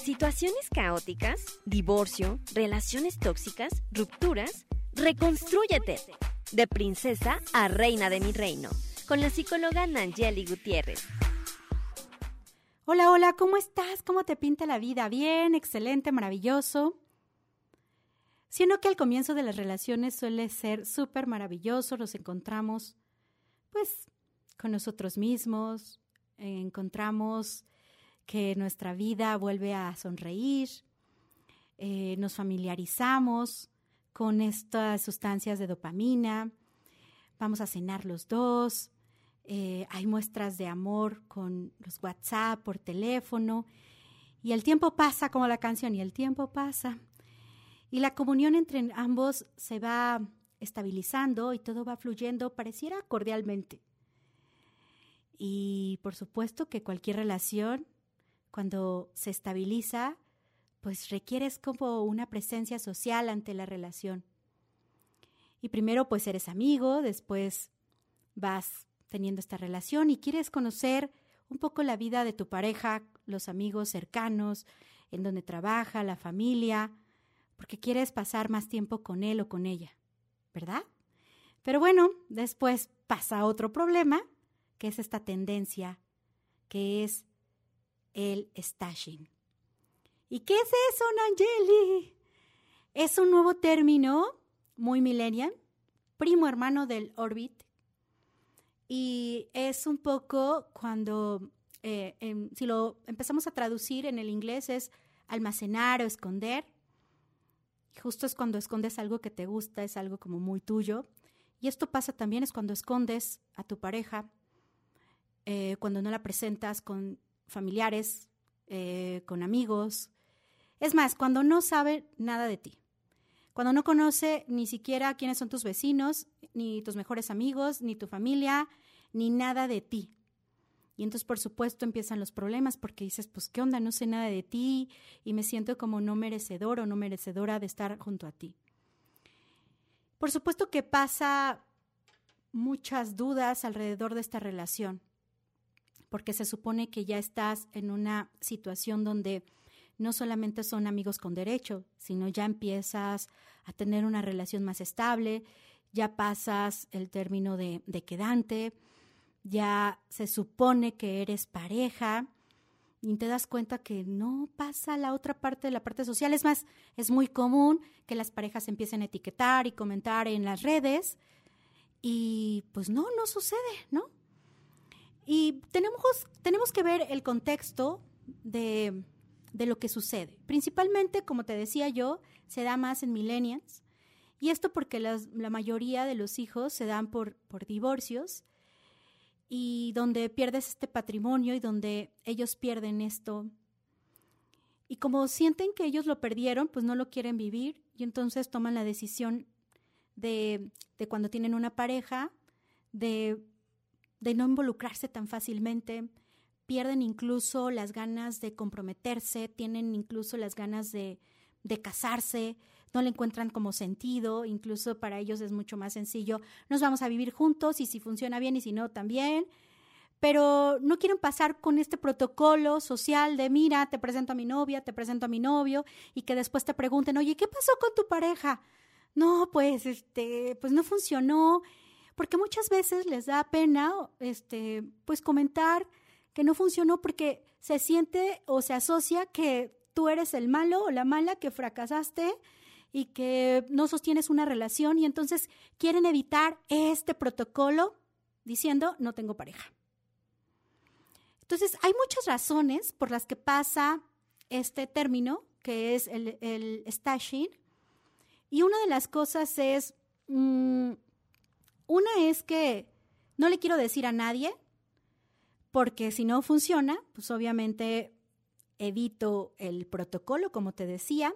situaciones caóticas, divorcio, relaciones tóxicas, rupturas, reconstrúyete. De princesa a reina de mi reino, con la psicóloga Nayeli Gutiérrez. Hola, hola, ¿cómo estás? ¿Cómo te pinta la vida? Bien, excelente, maravilloso. Siendo que al comienzo de las relaciones suele ser súper maravilloso, nos encontramos pues con nosotros mismos, encontramos que nuestra vida vuelve a sonreír, nos familiarizamos con estas sustancias de dopamina, vamos a cenar los dos, hay muestras de amor con los WhatsApp, por teléfono, y el tiempo pasa como la canción, y el tiempo pasa. Y la comunión entre ambos se va estabilizando y todo va fluyendo, pareciera cordialmente. Y por supuesto que cualquier relación, cuando se estabiliza, pues requieres como una presencia social ante la relación. Y primero pues eres amigo, después vas teniendo esta relación y quieres conocer un poco la vida de tu pareja, los amigos cercanos, en donde trabaja, la familia, porque quieres pasar más tiempo con él o con ella, ¿verdad? Pero bueno, después pasa otro problema, que es esta tendencia, que es el stashing. ¿Y qué es eso, Nayeli? Es un nuevo término muy millennial, primo hermano del Orbit, y es un poco cuando, si lo empezamos a traducir en el inglés, es almacenar o esconder. Justo es cuando escondes algo que te gusta, es algo como muy tuyo. Y esto pasa también es cuando escondes a tu pareja, cuando no la presentas con familiares, con amigos. Es más, cuando no sabe nada de ti. Cuando no conoce ni siquiera quiénes son tus vecinos, ni tus mejores amigos, ni tu familia, ni nada de ti. Y entonces, por supuesto, empiezan los problemas porque dices, pues, ¿qué onda? No sé nada de ti y me siento como no merecedor o no merecedora de estar junto a ti. Por supuesto que pasa muchas dudas alrededor de esta relación, porque se supone que ya estás en una situación donde no solamente son amigos con derecho, sino ya empiezas a tener una relación más estable, ya pasas el término de quedante, ya se supone que eres pareja y te das cuenta que no pasa la otra parte de la parte social. Es más, es muy común que las parejas empiecen a etiquetar y comentar en las redes y pues no sucede, ¿no? Y tenemos que ver el contexto de lo que sucede. Principalmente, como te decía yo, se da más en millennials y esto porque la mayoría de los hijos se dan por divorcios y donde pierdes este patrimonio y donde ellos pierden esto. Y como sienten que ellos lo perdieron, pues no lo quieren vivir y entonces toman la decisión de cuando tienen una pareja, de no involucrarse tan fácilmente, pierden incluso las ganas de comprometerse, tienen incluso las ganas de casarse, no le encuentran como sentido, incluso para ellos es mucho más sencillo, nos vamos a vivir juntos y si funciona bien y si no también, pero no quieren pasar con este protocolo social de mira, te presento a mi novia, te presento a mi novio y que después te pregunten, oye, ¿qué pasó con tu pareja? No, pues pues no funcionó, porque muchas veces les da pena pues comentar que no funcionó porque se siente o se asocia que tú eres el malo o la mala que fracasaste y que no sostienes una relación y entonces quieren evitar este protocolo diciendo no tengo pareja. Entonces hay muchas razones por las que pasa este término que es el stashing y una de las cosas es, una es que no le quiero decir a nadie porque si no funciona, pues obviamente evito el protocolo, como te decía.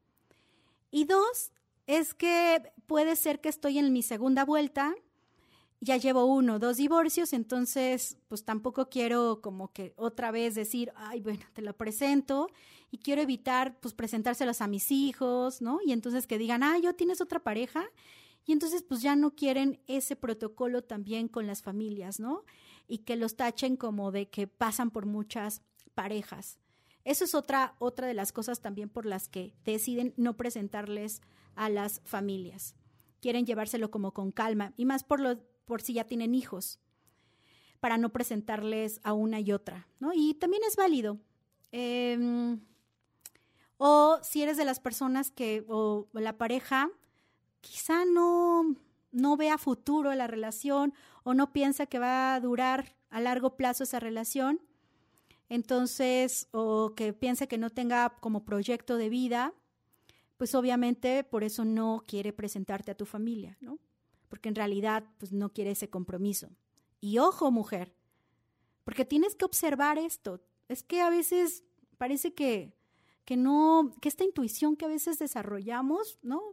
Y dos, es que puede ser que estoy en mi segunda vuelta, ya llevo 1 o 2 divorcios, entonces pues tampoco quiero como que otra vez decir, ay, bueno, te lo presento y quiero evitar pues presentárselos a mis hijos, ¿no? Y entonces que digan, ¿ya tienes otra pareja? Y entonces pues ya no quieren ese protocolo también con las familias, ¿no? Y que los tachen como de que pasan por muchas parejas. Eso es otra de las cosas también por las que deciden no presentarles a las familias. Quieren llevárselo como con calma, y más por si ya tienen hijos, para no presentarles a una y otra, ¿no? Y también es válido. O si eres de las personas o la pareja, quizá no vea futuro la relación o no piensa que va a durar a largo plazo esa relación, entonces, o que piense que no tenga como proyecto de vida, pues obviamente por eso no quiere presentarte a tu familia, ¿no? Porque en realidad pues no quiere ese compromiso. Y ojo, mujer, porque tienes que observar esto. Es que a veces parece que esta intuición que a veces desarrollamos, ¿no?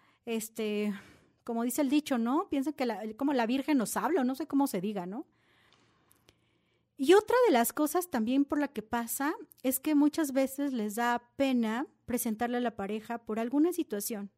Como dice el dicho, ¿no? Piensan que como la Virgen nos habla, no sé cómo se diga, ¿no? Y otra de las cosas también por la que pasa es que muchas veces les da pena presentarle a la pareja por alguna situación.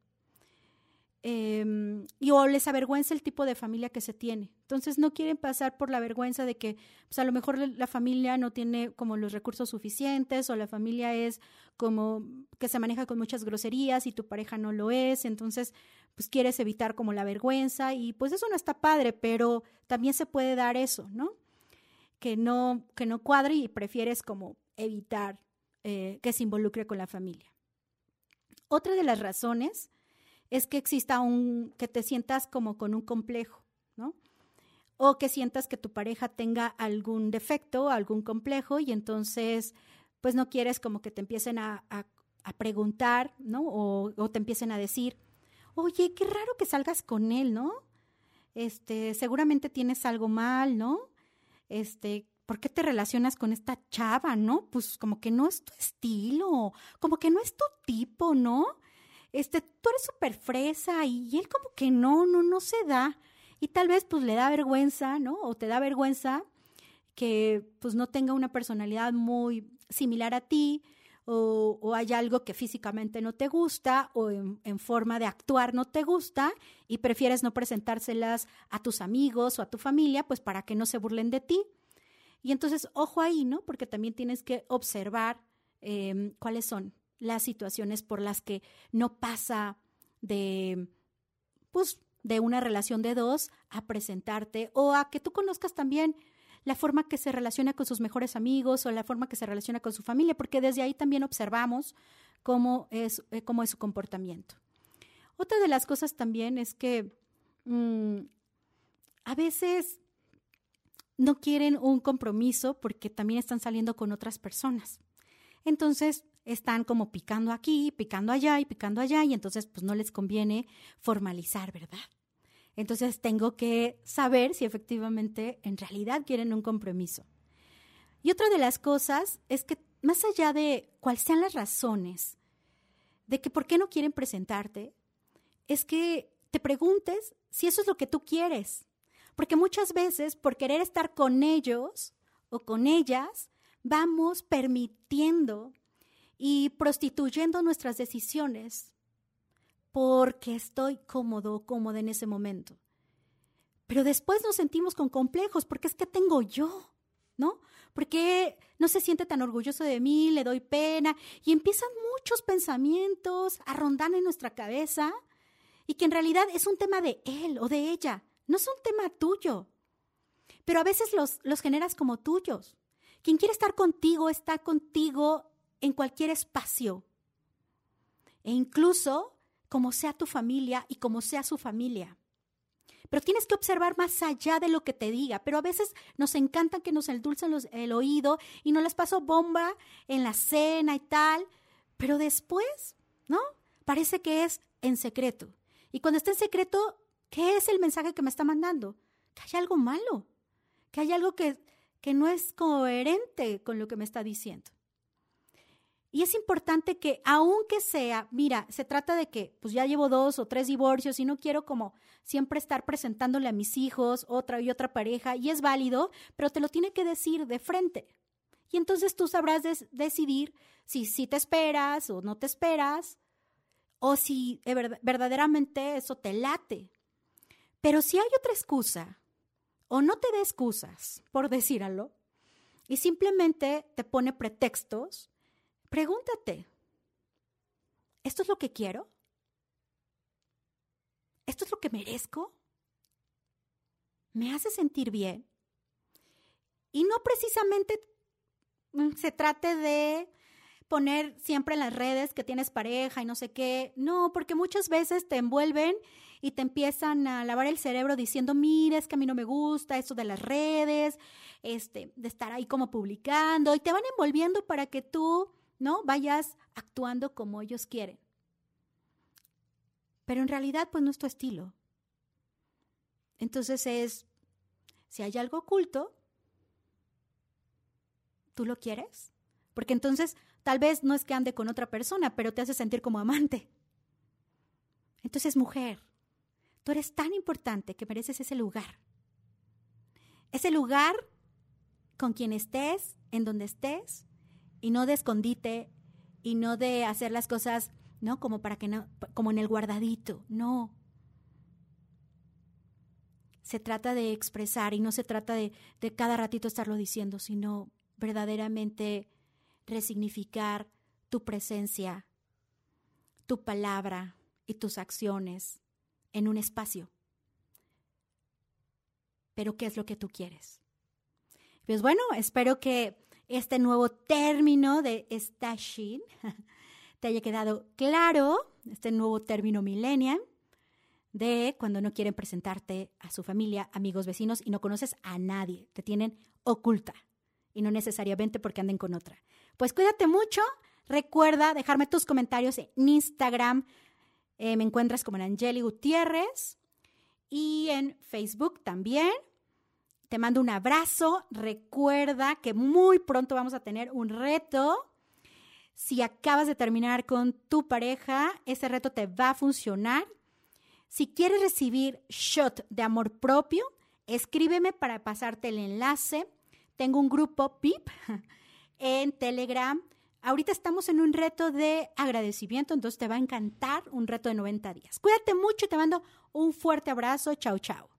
O les avergüenza el tipo de familia que se tiene. Entonces no quieren pasar por la vergüenza de que pues a lo mejor la familia no tiene como los recursos suficientes, o la familia es como que se maneja con muchas groserías y tu pareja no lo es. Entonces pues quieres evitar como la vergüenza, y pues eso no está padre, pero también se puede dar eso, ¿no? Que no cuadre, y prefieres como evitar que se involucre con la familia. Otra de las razones es que exista que te sientas como con un complejo, ¿no? O que sientas que tu pareja tenga algún defecto, algún complejo, y entonces pues no quieres como que te empiecen a preguntar, ¿no? O te empiecen a decir, oye, qué raro que salgas con él, ¿no? Seguramente tienes algo mal, ¿no? ¿Por qué te relacionas con esta chava, no? Pues como que no es tu estilo, como que no es tu tipo, ¿no? Tú eres súper fresa y él como que no se da. Y tal vez pues le da vergüenza, ¿no? O te da vergüenza que pues no tenga una personalidad muy similar a ti, o hay algo que físicamente no te gusta, o en forma de actuar no te gusta, y prefieres no presentárselas a tus amigos o a tu familia, pues para que no se burlen de ti. Y entonces, ojo ahí, ¿no? Porque también tienes que observar cuáles son las situaciones por las que no pasa de una relación de dos a presentarte, o a que tú conozcas también la forma que se relaciona con sus mejores amigos, o la forma que se relaciona con su familia, porque desde ahí también observamos cómo es su comportamiento. Otra de las cosas también es que a veces no quieren un compromiso porque también están saliendo con otras personas. Entonces están como picando aquí, picando allá, y entonces pues no les conviene formalizar, ¿verdad? Entonces tengo que saber si efectivamente en realidad quieren un compromiso. Y otra de las cosas es que más allá de cuáles sean las razones de que por qué no quieren presentarte, es que te preguntes si eso es lo que tú quieres. Porque muchas veces por querer estar con ellos o con ellas, vamos permitiendo y prostituyendo nuestras decisiones porque estoy cómodo o cómoda en ese momento. Pero después nos sentimos con complejos porque es que tengo yo, ¿no? Porque no se siente tan orgulloso de mí, le doy pena, y empiezan muchos pensamientos a rondar en nuestra cabeza, y que en realidad es un tema de él o de ella, no es un tema tuyo. Pero a veces los generas como tuyos. Quien quiere estar contigo está contigo en cualquier espacio. E incluso como sea tu familia y como sea su familia. Pero tienes que observar más allá de lo que te diga. Pero a veces nos encanta que nos endulcen el oído y nos las paso bomba en la cena y tal. Pero después, ¿no? Parece que es en secreto. Y cuando está en secreto, ¿qué es el mensaje que me está mandando? Que hay algo malo. Que hay algo que no es coherente con lo que me está diciendo. Y es importante que, aunque sea, mira, se trata de que pues ya llevo 2 o 3 divorcios y no quiero como siempre estar presentándole a mis hijos otra y otra pareja, y es válido, pero te lo tiene que decir de frente. Y entonces tú sabrás decidir si te esperas o no te esperas, o si verdaderamente eso te late. Pero si hay otra excusa, o no te dé excusas, por decirlo, y simplemente te pone pretextos, pregúntate, ¿esto es lo que quiero? ¿Esto es lo que merezco? ¿Me hace sentir bien? Y no precisamente se trate de poner siempre en las redes que tienes pareja y no sé qué. No, porque muchas veces te envuelven y te empiezan a lavar el cerebro diciendo, mira, es que a mí no me gusta esto de las redes, de estar ahí como publicando, y te van envolviendo para que tú, ¿no?, vayas actuando como ellos quieren. Pero en realidad, pues no es tu estilo. Entonces si hay algo oculto, ¿tú lo quieres? Porque entonces tal vez no es que ande con otra persona, pero te hace sentir como amante. Entonces, mujer, tú eres tan importante que mereces ese lugar. Ese lugar con quien estés, en donde estés, y no de escondite, y no de hacer las cosas, ¿no?, como para que no, como en el guardadito. No. Se trata de expresar y no se trata de cada ratito estarlo diciendo, sino verdaderamente resignificar tu presencia, tu palabra y tus acciones en un espacio. Pero ¿qué es lo que tú quieres? Pues bueno, espero que este nuevo término de stashing te haya quedado claro, este nuevo término millennial de cuando no quieren presentarte a su familia, amigos, vecinos y no conoces a nadie, te tienen oculta y no necesariamente porque anden con otra. Pues cuídate mucho, recuerda dejarme tus comentarios en Instagram, me encuentras como Nayeli Gutiérrez y en Facebook también. Te mando un abrazo, recuerda que muy pronto vamos a tener un reto. Si acabas de terminar con tu pareja, ese reto te va a funcionar. Si quieres recibir shot de amor propio, escríbeme para pasarte el enlace. Tengo un grupo PIP en Telegram. Ahorita estamos en un reto de agradecimiento, entonces te va a encantar un reto de 90 días. Cuídate mucho y te mando un fuerte abrazo. Chao, chao.